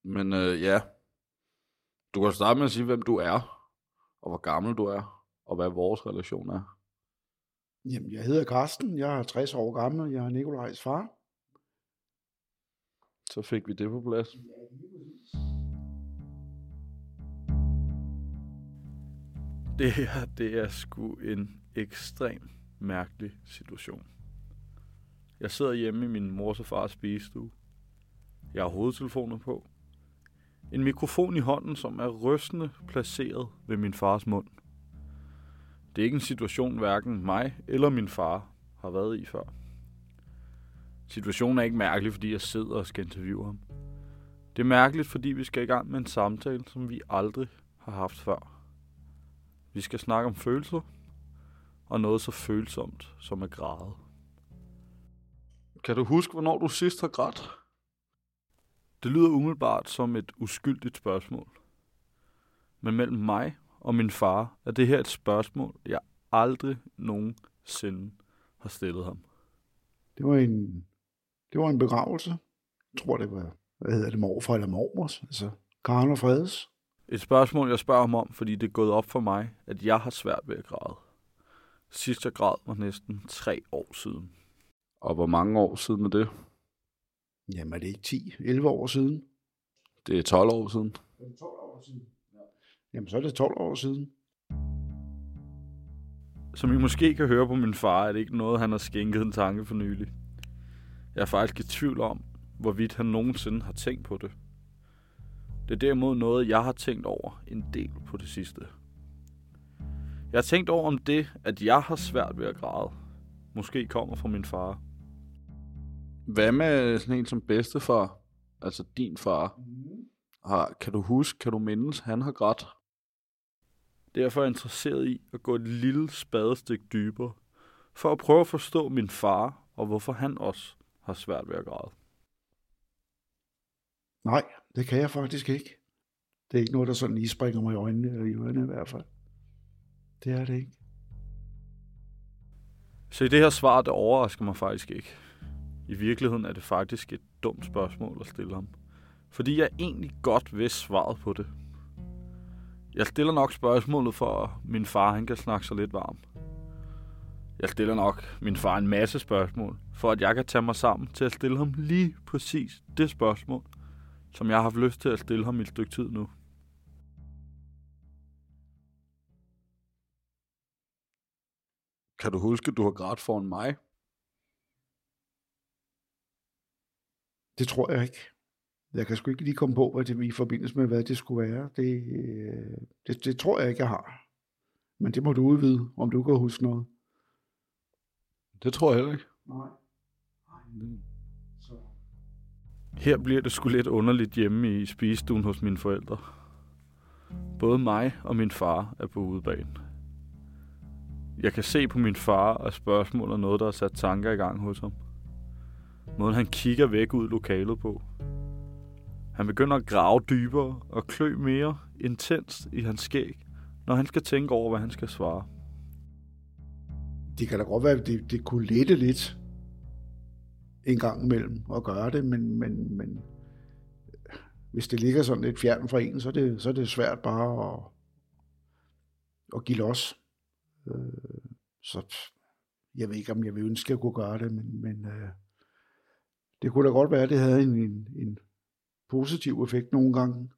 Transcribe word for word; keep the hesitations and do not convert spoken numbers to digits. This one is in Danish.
Men øh, ja, du kan starte med at sige, hvem du er, og hvor gammel du er, og hvad vores relation er. Jamen, jeg hedder Carsten, jeg er tres år gammel, jeg er Nikolajs far. Så fik vi det på plads. Det her, det er sgu en ekstrem mærkelig situation. Jeg sidder hjemme i min mors og fars spisestue. Jeg har hovedtelefoner på. En mikrofon i hånden, som er rystende placeret ved min fars mund. Det er ikke en situation, hverken mig eller min far har været i før. Situationen er ikke mærkelig, fordi jeg sidder og skal interviewe ham. Det er mærkeligt, fordi vi skal i gang med en samtale, som vi aldrig har haft før. Vi skal snakke om følelser, og noget så følsomt som at græde. Kan du huske, hvornår du sidst har grædt? Det lyder umiddelbart som et uskyldigt spørgsmål. Men mellem mig og min far er det her et spørgsmål, jeg aldrig nogensinde har stillet ham. Det var en, det var en begravelse. Jeg tror, det var, hvad hedder det, morfar eller mormors, altså Karen og Fredes. Et spørgsmål, jeg spørger ham om, fordi det er gået op for mig, at jeg har svært ved at græde. Sidst jeg græd var næsten tre år siden. Og hvor mange år siden er det? Jamen, er det ikke ti, elleve år siden? Det er tolv år siden. Er det tolv år siden? Ja. Jamen, så er det tolv år siden. Som I måske kan høre på min far, er det ikke noget, han har skænket en tanke for nylig. Jeg er faktisk i tvivl om, hvorvidt han nogensinde har tænkt på det. Det er derimod noget, jeg har tænkt over en del på det sidste. Jeg har tænkt over om det, at jeg har svært ved at græde, måske kommer fra min far. Hvad med sådan en som bedstefar, altså din far? Mm. Har, kan du huske, kan du mindes, han har grædt? Derfor er jeg interesseret i at gå et lille spadestik dybere, for at prøve at forstå min far, og hvorfor han også har svært ved at græde. Nej, det kan jeg faktisk ikke. Det er ikke noget, der sådan lige springer mig i øjnene, eller i ørerne i hvert fald. Det er det ikke. Så det her svar, det overrasker mig faktisk ikke. I virkeligheden er det faktisk et dumt spørgsmål at stille ham. Fordi jeg egentlig godt vidste svaret på det. Jeg stiller nok spørgsmålet for, at min far han kan snakke sig lidt varm. Jeg stiller nok min far en masse spørgsmål, for at jeg kan tage mig sammen til at stille ham lige præcis det spørgsmål, som jeg har haft lyst til at stille ham i et stykke tid nu. Kan du huske, at du har grædt foran mig? Det tror jeg ikke. Jeg kan sgu ikke lige komme på, hvad det i forbindelse med, hvad det skulle være. Det, det, det tror jeg ikke, jeg har. Men det må du udvide, om du kan huske noget. Det tror jeg heller ikke. Nej. Nej. Så. Her bliver det sgu lidt underligt hjemme i spisestuen hos mine forældre. Både mig og min far er på udebane. Jeg kan se på min far, at spørgsmålet er noget, der har sat tanker i gang hos ham. Måden han kigger væk ud i lokalet på. Han begynder at grave dybere og klø mere intenst i hans skæg, når han skal tænke over, hvad han skal svare. Det kan da godt være, at det, det kunne lette lidt en gang imellem at gøre det, men, men, men hvis det ligger sådan lidt fjern fra en, så er det, så er det svært bare at, at give los. Så jeg ved ikke, om jeg vil ønske, at jeg kunne gøre det, men, men det kunne da godt være, at det havde en, en, en positiv effekt nogle gange.